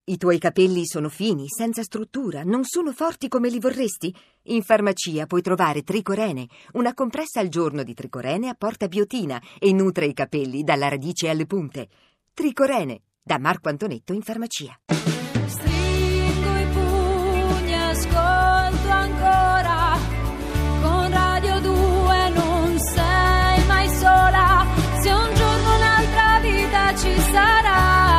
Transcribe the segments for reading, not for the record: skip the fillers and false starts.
I tuoi capelli sono fini, senza struttura, non sono forti come li vorresti? In farmacia puoi trovare Tricorene, una compressa al giorno di Tricorene apporta biotina e nutre i capelli dalla radice alle punte. Tricorene, da Marco Antonetto in farmacia. Stringo i pugni, ascolto ancora, con Radio 2 non sei mai sola, se un giorno un'altra vita ci sarà.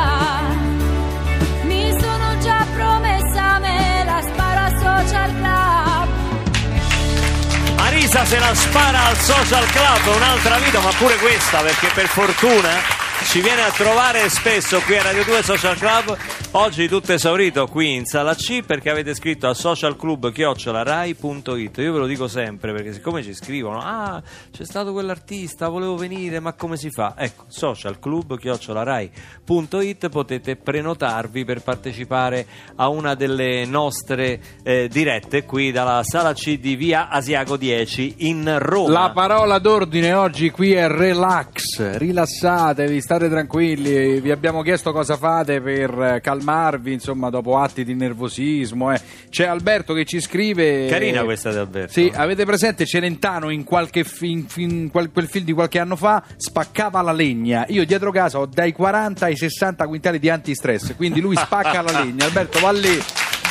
Marisa se la spara al Social Club, un'altra vita, ma pure questa, perché per fortuna ci viene a trovare spesso qui a Radio 2 Social Club. Oggi tutto esaurito qui in Sala C perché avete scritto a socialclub@rai.it. Io ve lo dico sempre perché siccome ci scrivono c'è stato quell'artista, volevo venire, ma come si fa? Ecco, socialclub@rai.it, potete prenotarvi per partecipare a una delle nostre dirette qui dalla Sala C di via Asiago 10 in Roma. La parola d'ordine oggi qui è relax, rilassatevi, state tranquilli, vi abbiamo chiesto cosa fate per calmarvi, insomma, dopo atti di nervosismo. C'è Alberto che ci scrive. Carina questa di Alberto. Sì, avete presente Celentano in qualche quel film di qualche anno fa spaccava la legna. Io dietro casa ho dai 40 ai 60 quintali di antistress, quindi lui spacca la legna. Alberto, va lì.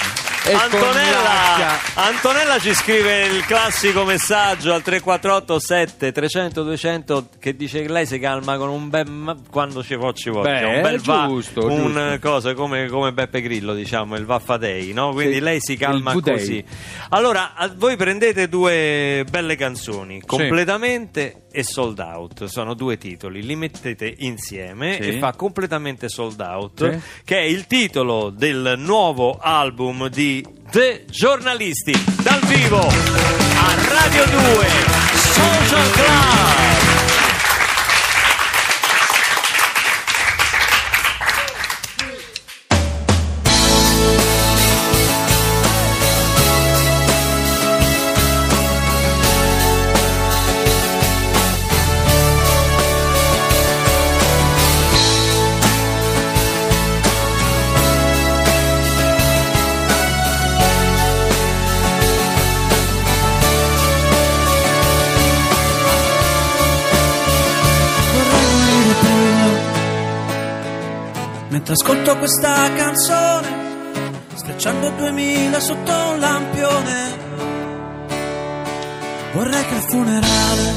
Antonella ci scrive il classico messaggio al 348 7 300 200 che dice che lei si calma con un bel quando ci voglia un bel giusto. Cosa come Beppe Grillo, diciamo, il Vaffatei, no? Quindi sì, lei si calma così. Allora voi prendete due belle canzoni, Completamente e Sold Out, sono due titoli, li mettete insieme e fa Completamente Sold Out, che è il titolo del nuovo album di The Giornalisti, dal vivo a Radio 2 Social Club. Mentre ascolto questa canzone, schiacciando 2000 sotto un lampione, vorrei che il funerale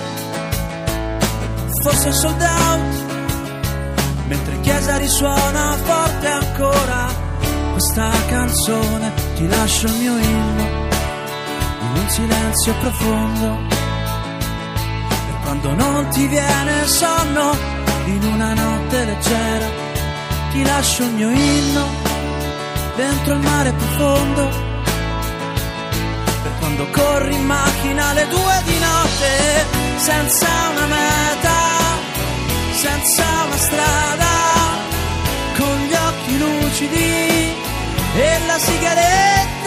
fosse sold out, mentre in chiesa risuona forte ancora questa canzone. Ti lascio il mio inno in un silenzio profondo, e quando non ti viene sonno in una notte leggera, ti lascio il mio inno dentro il mare profondo, per quando corri in macchina alle 2 di notte, senza una meta, senza una strada, con gli occhi lucidi e la sigaretta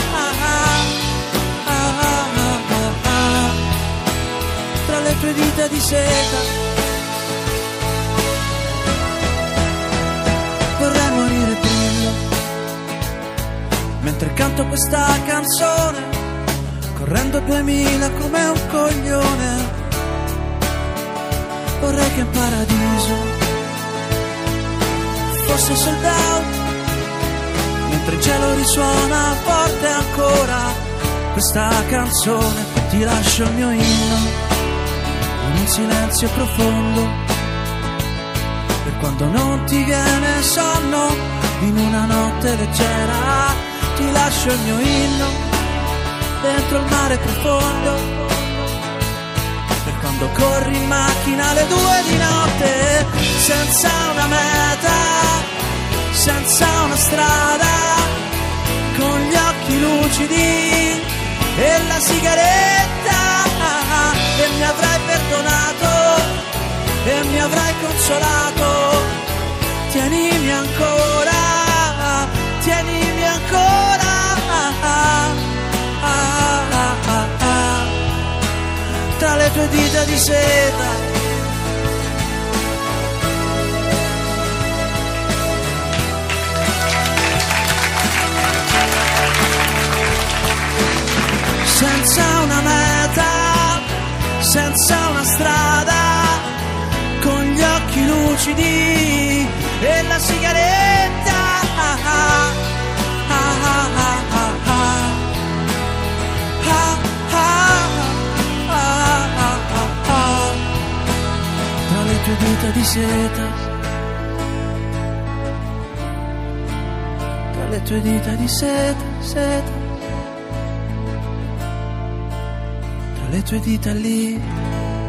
tra le tue dita di seta. Vorrei morire brillo mentre canto questa canzone, correndo 2000 come un coglione. Vorrei che in paradiso fosse sold out, mentre in cielo risuona forte ancora questa canzone. Ti lascio il mio inno in un silenzio profondo, per quando non ti viene sonno in una notte leggera. Ti lascio il mio inno dentro il mare profondo, per quando corri in macchina alle 2 di notte, senza una meta, senza una strada, con gli occhi lucidi e la sigaretta, e mi avrai perdonato e mi avrai consolato. Tienimi ancora, tienimi ancora, tra le tue dita di seta. CD e la sigaretta. Tra le tue dita di seta, tra le tue dita di seta, seta, tra le tue dita lì.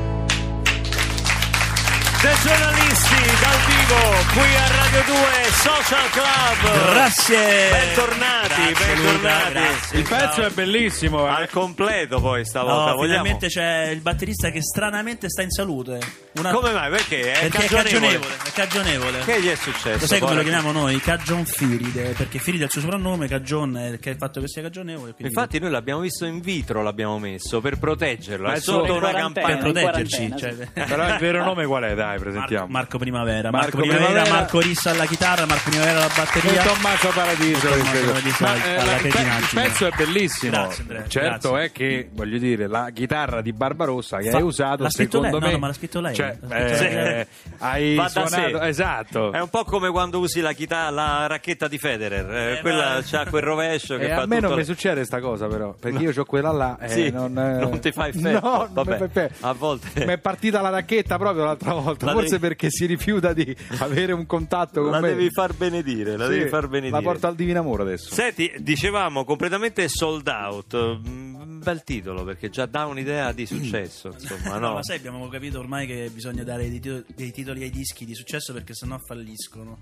The Giornalisti dal vivo qui a Radio 2 Social Club. Grazie. Bentornati, bentornati. Grazie. Il pezzo è bellissimo. Al completo poi stavolta. No, finalmente c'è il batterista che stranamente sta in salute. Come mai? Perché? Perché è cagionevole. Che gli è successo? Lo sai come lo chiamiamo noi? Cagion Firide, perché Firide è il suo soprannome, Cagion è il fatto che sia cagionevole. Quindi... Infatti noi l'abbiamo visto in vitro, l'abbiamo messo per proteggerlo. Ma è è sotto solo una in campagna. Per proteggerci. Cioè... Però il vero nome qual è? Dai, presentiamo. Marco Primavera. Marco Primavera, Marco Rissa alla chitarra, Marco Primavera alla batteria. E Tommaso Paradiso. alla Il pezzo è bellissimo. Grazie, Andrea, certo grazie. è che, voglio dire, la chitarra di Barbarossa che Fa- hai usato, l'ha scritto secondo lei? me... No, ma l'ha scritto lei. Cioè, L'ha scritto lei. hai Va da suonato... sé. Esatto. È un po' come quando usi la chitarra, la racchetta di Federer. Quella c'ha quel rovescio che fa A me tutto non mi succede sta cosa, però, perché io ho quella là e Sì, non ti fa effetto. No, vabbè, non mi fa effetto. a volte mi è partita la racchetta proprio l'altra volta, La forse devi- perché si rifiuta di avere un contatto con la me. devi far benedire, Sì, devi far benedire. la porto al Divino Amore adesso. Senti, dicevamo completamente sold out. Bel titolo, perché già dà un'idea di successo, insomma, no? Ma sai, abbiamo capito ormai che bisogna dare dei titoli ai dischi di successo perché sennò falliscono.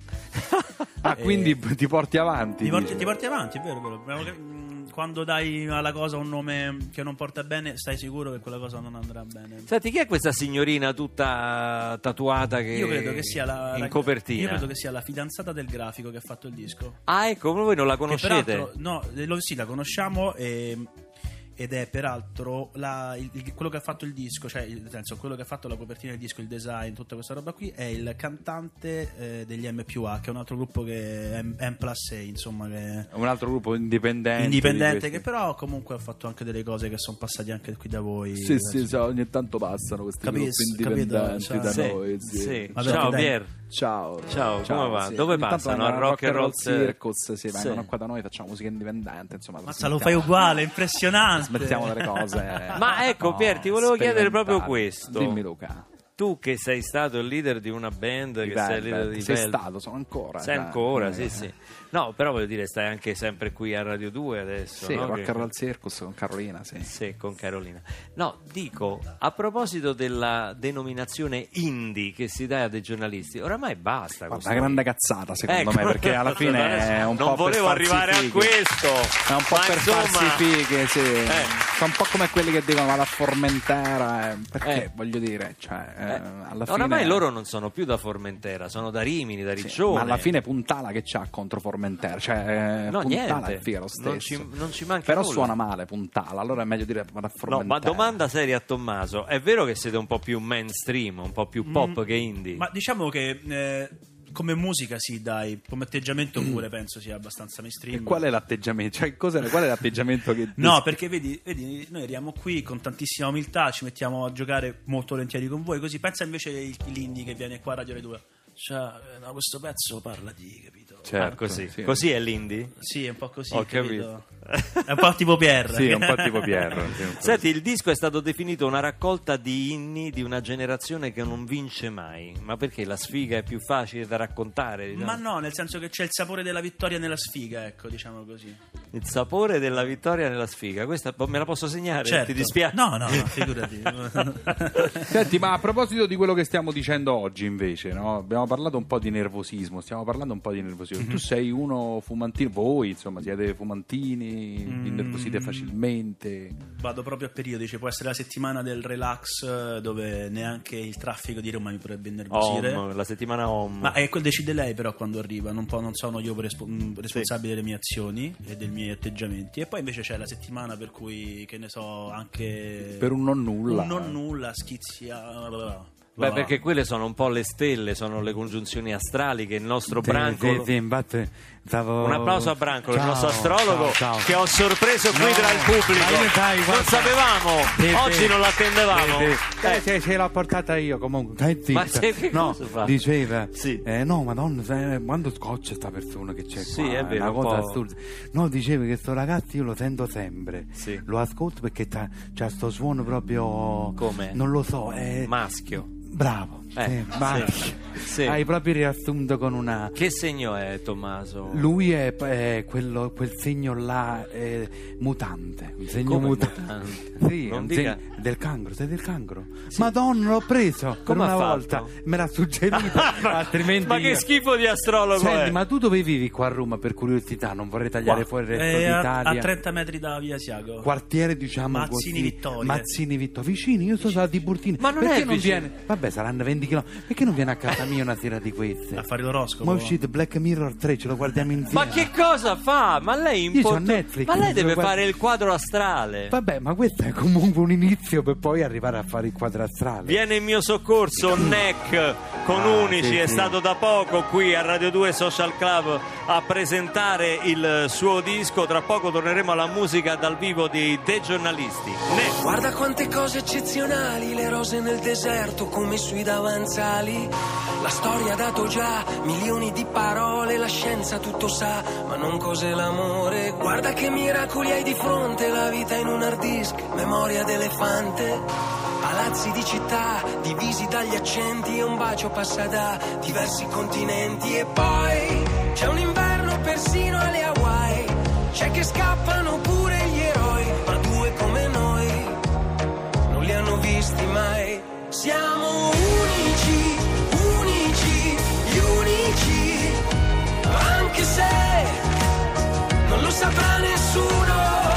Quindi ti porti avanti. Ti dici. porti avanti, è vero, è vero. Quando dai alla cosa un nome che non porta bene, stai sicuro che quella cosa non andrà bene. Senti, chi è questa signorina tutta tatuata che Io credo che sia in copertina? Io credo che sia la fidanzata del grafico che ha fatto il disco. Ah, ecco, voi non la Che conoscete? peraltro, no, sì, la conosciamo ed è peraltro quello che ha fatto il disco, cioè nel senso quello che ha fatto la copertina del disco, il design, tutta questa roba qui, è il cantante degli MPA, che è un altro gruppo che è M+A, insomma, che è Un altro gruppo indipendente. che però comunque ha fatto anche delle cose che sono passate anche qui da voi. Sì, ogni tanto passano questi gruppi indipendenti capito, da Sì, noi. sì. Vabbè, Ciao dai. Pier. Ciao, come va? sì. Dove Ogni tanto passano? vanno A Rock and Roll Circus, sì, Sì. vengono qua da noi, facciamo musica indipendente, insomma. Mazza, lo fai uguale, impressionante. Smettiamo delle cose. Ma ecco, Pier, ti volevo chiedere proprio questo. Dimmi, Luca. Tu che sei stato il leader di una band, che sei il leader di sei Velvet. stato, sono ancora. Sei ancora, sì. No, però voglio dire, stai anche sempre qui a Radio 2 adesso, Sì, no? Rock and Roll Circus con Carolina, sì. Sì, con Carolina. No, dico, a proposito della denominazione indie che si dà a dei giornalisti, oramai basta. Una grande cazzata, secondo Ecco. me, perché alla fine è un non po' volevo per farsi arrivare a fighe. questo. È un po' ma per insomma, farsi fighe, sì. Sono un po' come quelli che dicono vado a Formentera, perché voglio dire, cioè, alla fine... Oramai loro non sono più da Formentera, sono da Rimini, da Riccione. Ma alla fine Puntala che c'ha contro Formentera? Cioè, No, Puntala niente. è figa lo stesso. Non ci manca Però nulla. suona male Puntala, allora è meglio dire vado a No, Formentera. ma domanda seria a Tommaso: è vero che siete un po' più mainstream, un po' più pop che indie? Ma diciamo che come musica sì, dai, come atteggiamento pure penso sia abbastanza mainstream. E qual è l'atteggiamento? Cioè, qual è l'atteggiamento che... No, perché vedi, noi arriviamo qui con tantissima umiltà, ci mettiamo a giocare molto volentieri con voi, così pensa invece l'indie che viene qua a Radio 2. Cioè, no, questo pezzo parla di, capito? Certo, così. sì. Così è l'indie? Sì, è un po' così, Ho capito? È un po' tipo Pierre. Sì, è un po' tipo Pierre. Sì, un po'. Senti, il disco è stato definito una raccolta di inni di una generazione che non vince mai. Ma perché la sfiga è più facile da raccontare? Diciamo? Ma no, nel senso che c'è il sapore della vittoria nella sfiga, ecco, diciamo così. Il sapore della vittoria nella sfiga. Questa me la posso segnare? Certo. Ti dispiace? No, figurati. Senti, ma a proposito di quello che stiamo dicendo oggi invece, no? Abbiamo parlato un po' di nervosismo, stiamo parlando un po' di nervosismo. Tu sei uno fumantino, voi insomma siete fumantini, vi innervosite facilmente. Vado proprio a periodi, cioè può essere la settimana del relax dove neanche il traffico di Roma mi potrebbe innervosire. La settimana Home. Ma decide lei però quando arriva, non sono io responsabile delle mie azioni e dei miei atteggiamenti. E poi invece c'è la settimana per cui, che ne so, anche Per un non nulla. un non nulla, schizia. Beh, perché quelle sono un po' le stelle, sono le congiunzioni astrali che il nostro branco... Infatti, Un applauso a Brancolo, il nostro astrologo, ciao. che ho sorpreso qui tra il pubblico. Non sapevamo, oggi non l'attendevamo. Ce l'ho portata io comunque. Ma che cosa fa? Diceva, Sì. no, madonna, quando scoccia sta persona che c'è Sì, qua, è vero, una un cosa po'. assurda. No, diceva che sto ragazzo io lo sento sempre, Sì. lo ascolto perché c'ha sto suono proprio, Come? non lo so, Maschio. bravo, sì. Sì. Hai proprio riassunto con una... Che segno è Tommaso? Lui è quel segno là, mutante, un segno Come mutante. mutante? Sì, Non un dica. segno del cancro, sei del cancro? Sì. Madonna, l'ho preso Come per ha una fatto? volta, me l'ha suggerito, altrimenti Ma che io- schifo di astrologo Senti, è? ma tu dove vivi qua a Roma, per curiosità? Non vorrei tagliare fuori il resto d'Italia. a 30 metri da Via Siago. Quartiere, diciamo Mazzini così, Vittoria. Mazzini Vittoria, vicini, io sono da Tiburtina. Ma non perché è non vicino? viene? Vabbè, saranno 20 km. Perché non viene a casa mia una sera di queste? A fare l'oroscopo. Ma è uscito Black Mirror 3, ce lo guardiamo insieme. Ma che cosa fa? Ma lei Io c'ho Netflix, Ma lei deve guarda- fare il quadro astrale. Vabbè, ma questo è comunque un inizio per poi arrivare a fare il quadro astrale. Viene in mio soccorso Neck con Unici, sì, è sì. stato da poco qui a Radio 2 Social Club a presentare il suo disco. Tra poco torneremo alla musica dal vivo dei The Giornalisti. Neck. Guarda quante cose eccezionali, le rose nel deserto come sui davanzali. La storia ha dato già milioni di parole, la scienza tutto sa, ma non cos'è l'amore. Guarda che miracoli hai di fronte, la vita in un hard disk, memoria d'elefante. Palazzi di città, divisi dagli accenti, e un bacio passa da diversi continenti. E poi c'è un inverno persino alle Hawaii, c'è che scappano pure gli eroi, ma due come noi non li hanno visti mai. Siamo unici, unici, gli unici, anche se non lo saprà nessuno.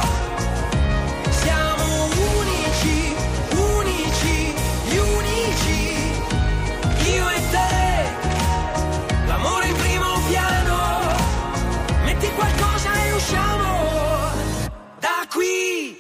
Siamo unici, unici, gli unici, io e te, l'amore in primo piano. Metti qualcosa e usciamo da qui.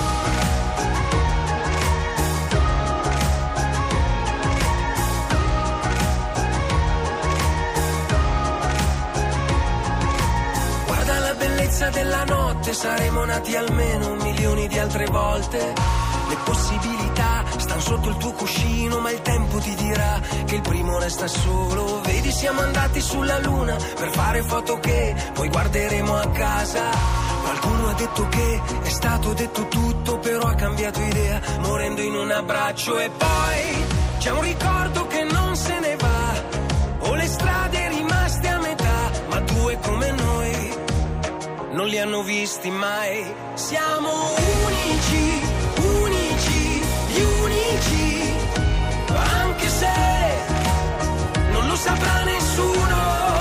Guarda la bellezza della notte, saremo nati almeno milioni di altre volte. Le possibilità stanno sotto il tuo cuscino, ma il tempo ti dirà che il primo resta solo. Vedi, siamo andati sulla luna per fare foto che poi guarderemo a casa. Qualcuno ha detto che è stato detto tutto, però ha cambiato idea morendo in un abbraccio. E poi c'è un ricordo che non se ne va, o le strade rimaste a metà, ma due come noi non li hanno visti mai. Siamo unici, unici, gli unici, anche se non lo saprà nessuno.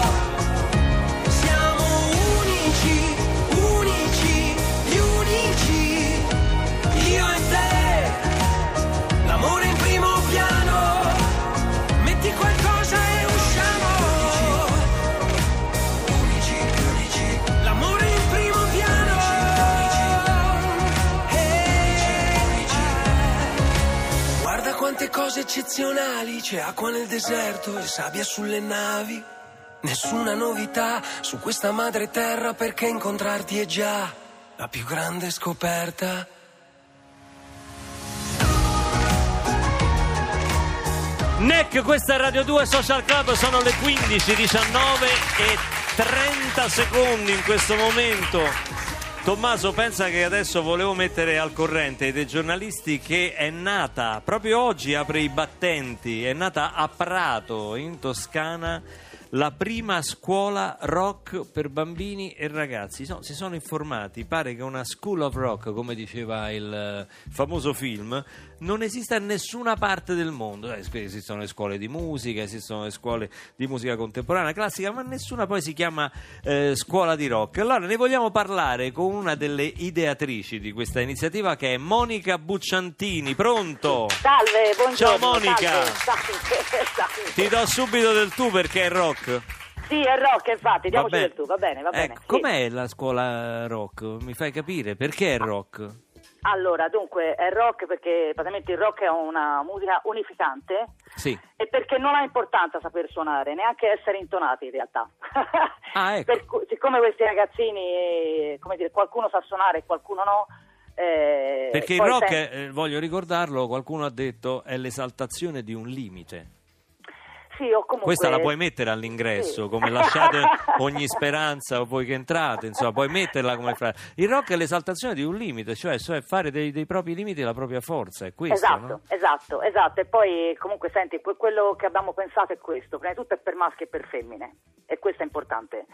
Siamo unici, unici, gli unici, io e te, l'amore in primo piano. Metti qualcosa e usciamo. Unici, unici, l'amore in primo piano. Guarda quante cose eccezionali, c'è acqua nel deserto e sabbia sulle navi. Nessuna novità su questa madre terra, perché incontrarti è già la più grande scoperta. Neck, questa è Radio 2 Social Club, sono le 15:19 e 30 secondi in questo momento. Tommaso, pensa che adesso volevo mettere al corrente dei giornalisti che è nata, proprio oggi apre i battenti, è nata a Prato, in Toscana, la prima scuola rock per bambini e ragazzi. Si sono informati, pare che una school of rock, come diceva il famoso film, non esiste in nessuna parte del mondo. Esistono le scuole di musica, esistono le scuole di musica contemporanea, classica, ma nessuna poi si chiama scuola di rock. Allora ne vogliamo parlare con una delle ideatrici di questa iniziativa, che è Monica Bucciantini. Pronto? Salve, buongiorno. Ciao Monica. Salve. Ti do subito del tu perché è rock. Sì, è rock, infatti, diamoci Vabbè. del tu, va bene, va bene. Ecco, Sì. com'è la scuola rock? Mi fai capire perché è rock? Allora, dunque, è rock perché praticamente il rock è una musica unificante. Sì. E perché non ha importanza saper suonare, neanche essere intonati in realtà. Ah, ecco. Siccome questi ragazzini, come dire, qualcuno sa suonare e qualcuno no. Perché il rock, voglio ricordarlo, qualcuno ha detto, è l'esaltazione di un limite. Sì, o comunque... Questa la puoi mettere all'ingresso, sì. Come lasciate ogni speranza voi che entrate, insomma, puoi metterla come frase. Il rock è l'esaltazione di un limite, cioè fare dei propri limiti la propria forza, è questo, no? Esatto. E poi comunque senti, quello che abbiamo pensato è questo, prima di tutto è per maschi e per femmine, e questo è importante.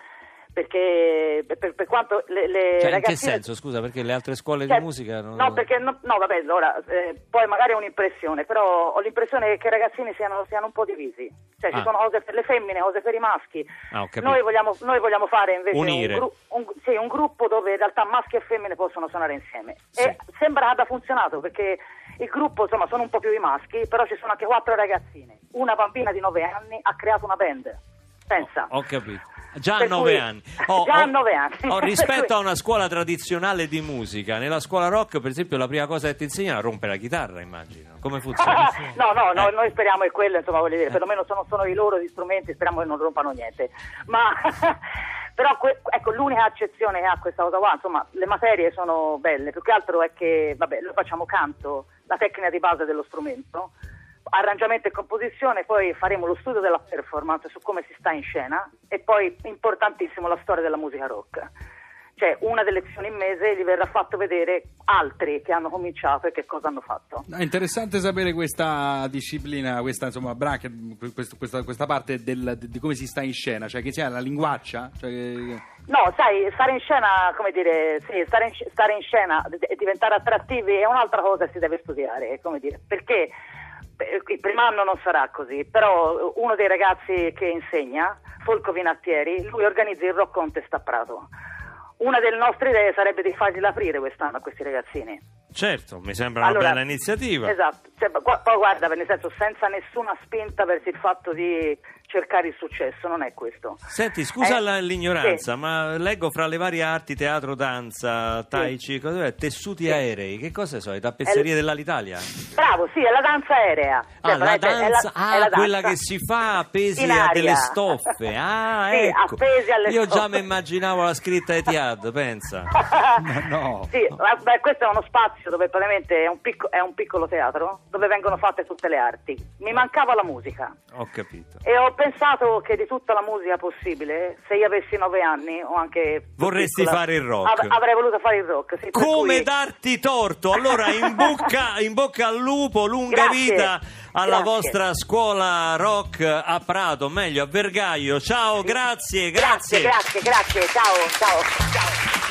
Perché per quanto le cioè, ragazzine... in che senso, scusa, perché le altre scuole di musica non... No, perché vabbè, allora poi magari è un'impressione, però ho l'impressione che i ragazzini siano un po' divisi, cioè ci sono cose per le femmine, cose per i maschi. Ho capito. Noi vogliamo fare invece unire un gruppo dove in realtà maschi e femmine possono suonare insieme. Sì. E sembra che abbia funzionato, perché il gruppo, insomma, sono un po' più i maschi, però ci sono anche 4 ragazzine. Una bambina di 9 anni ha creato una band, pensa. Ho capito. Già a 9 anni. Già a 9 anni. Rispetto a una scuola tradizionale di musica, nella scuola rock, per esempio, la prima cosa che ti insegnano è a rompere la chitarra, immagino. Come funziona? No, noi speriamo che quello, insomma, voglio dire, perlomeno sono i loro gli speriamo che non rompano niente. Ma però ecco, l'unica accezione che ha questa cosa qua, insomma, le materie sono belle, più che altro è che, vabbè, noi facciamo canto, la tecnica di base dello strumento, arrangiamento e composizione, poi faremo lo studio della performance su come si sta in scena e poi, importantissimo, la storia della musica rock. Cioè, una delle lezioni in mese gli verrà fatto vedere altri che hanno cominciato e che cosa hanno fatto. È interessante sapere questa disciplina, questa insomma bracket, questa parte di come si sta in scena, cioè che sia la linguaccia. Cioè No, sai, stare in scena, come dire, sì, stare in scena e diventare attrattivi è un'altra cosa che si deve studiare, come dire, perché il primo anno non sarà così, però uno dei ragazzi che insegna, Folco Vinattieri, lui organizza il Rock Contest a Prato. Una delle nostre idee sarebbe di farglielo aprire quest'anno a questi ragazzini. Certo, mi sembra una bella iniziativa. Esatto, cioè, poi guarda, nel senso, senza nessuna spinta verso il fatto di cercare il successo, non è questo. Senti, scusa l'ignoranza, sì. ma leggo fra le varie arti, teatro, danza, tai chi, tessuti aerei, che cosa sono? Le tappezzerie dell'Alitalia? Bravo, sì, è la danza aerea. La danza, è la quella danza. che si fa appesi In a aria. delle stoffe. Ah, sì, ecco. appesi alle Io stoffe. già mi immaginavo la scritta Etihad, pensa. Ma no. Sì, beh, questo è uno spazio dove praticamente è un piccolo teatro dove vengono fatte tutte le arti. Mi mancava la musica. Ho capito. E ho pensato che di tutta la musica possibile, se io avessi 9 anni o anche più Vorresti piccola, fare il rock. avrei voluto fare il rock, sì, per Come cui... darti torto? Allora in bocca al lupo, lunga Grazie, vita alla grazie. vostra scuola rock a Prato, meglio a Vergaio. Ciao, grazie. Grazie, ciao.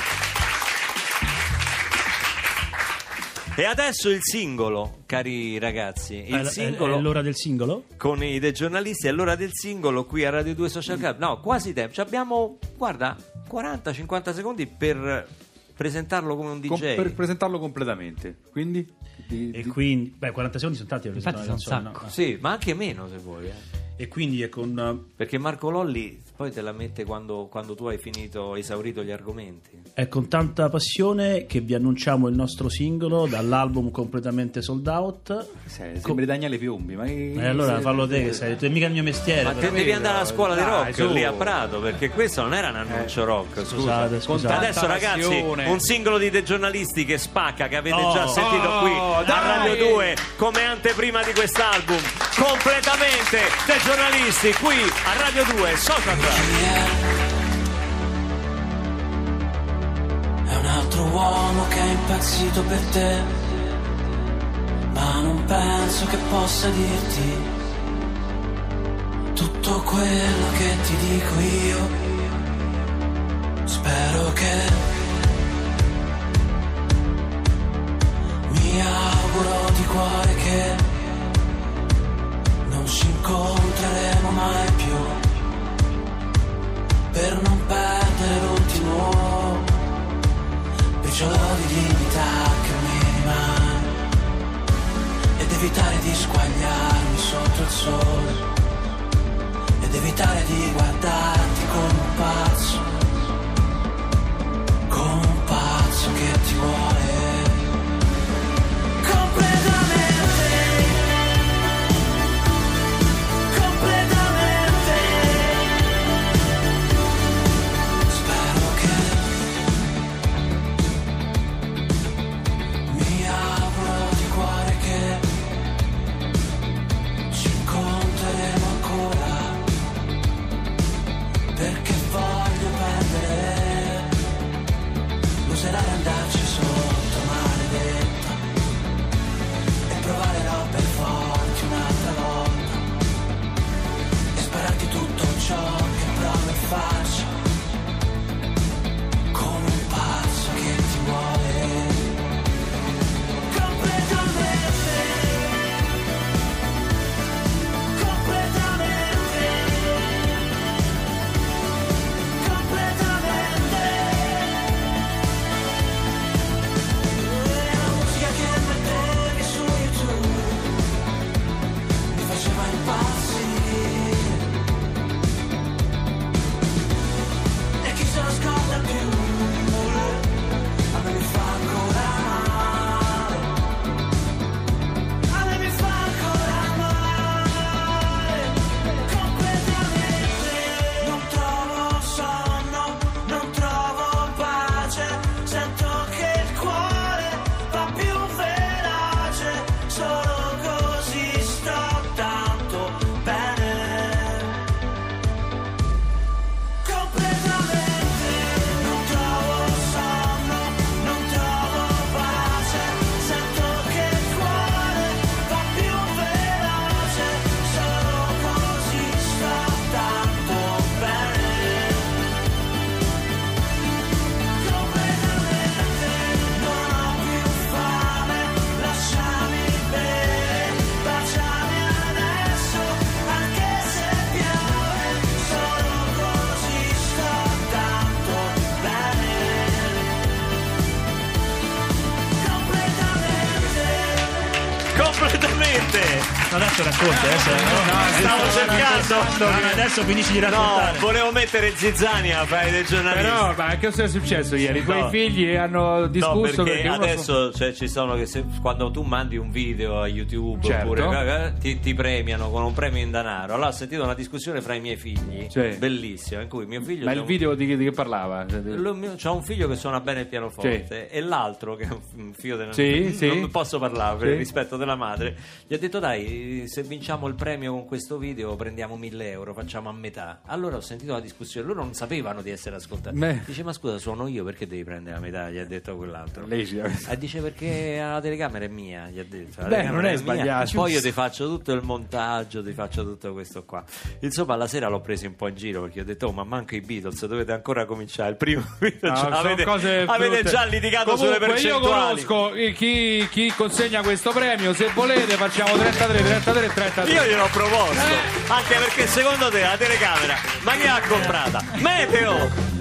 E adesso il singolo, cari ragazzi, il singolo è l'ora del singolo? con i dei giornalisti, è l'ora del singolo qui a Radio 2 Social Club. No, quasi tempo, ci abbiamo, guarda, 40-50 secondi per presentarlo come un DJ. Per presentarlo completamente, quindi... Quindi, 40 secondi sono tanti per Infatti presentare sono una un canzone, Sì, ma anche meno se vuoi. E quindi è con... Perché Marco Lolli poi te la mette quando tu hai esaurito gli argomenti. È con tanta passione che vi annunciamo il nostro singolo dall'album completamente sold out. Sembri Daniele Piombi, ma Allora fallo te, che è mica il mio mestiere. Ma te devi andare alla scuola di rock su. lì a Prato, perché questo non era un annuncio rock. Scusate. Adesso ragazzi, passione. un singolo di dei giornalisti che spacca, che avete Oh, già sentito qui a dai! Radio 2 come anteprima di quest'album, completamente dei giornalisti qui a Radio 2 Social Club. È un altro uomo che è impazzito per te, ma non penso che possa dirti tutto quello che ti dico io. Spero che mi auguro di cuore che non ci incontreremo mai più, per non perdere l'ultimo briciolo di dignità che mi rimane, ed evitare di squagliarmi sotto il sole, ed evitare di guardarti come un pazzo che ti vuole. adesso racconta. Stavo cercando. Adesso finisci di raccontare. No, volevo mettere Zizzania, fai dei giornalisti. Però, ma che cosa è successo ieri? I tuoi figli hanno discusso perché adesso ci sono che quando tu mandi un video a YouTube oppure ti premiano con un premio in denaro. Allora ho sentito una discussione fra i miei figli, bellissima, in cui mio figlio... Ma il video di che parlava? C'ho un figlio che suona bene il pianoforte e l'altro che è un figlio non posso parlare per il rispetto della madre, gli ha detto dai, se vinciamo il premio con questo video prendiamo 1.000 euro, facciamo a metà. Allora ho sentito la discussione, loro non sapevano di essere ascoltati. Dice ma scusa, suono io, perché devi prendere la metà? Gli ha detto quell'altro. Dice perché la telecamera è mia, gli ha detto. Non è sbagliato. Poi io ti faccio tutto il montaggio, ti faccio tutto questo qua. Insomma, la sera l'ho preso un po' in giro perché ho detto ma manco i Beatles, dovete ancora cominciare il primo video. Avete già litigato sulle percentuali. Io conosco chi consegna questo premio, se volete facciamo 33. Io gliel'ho proposto, anche perché secondo te la telecamera ma chi l'ha comprata? Meteo!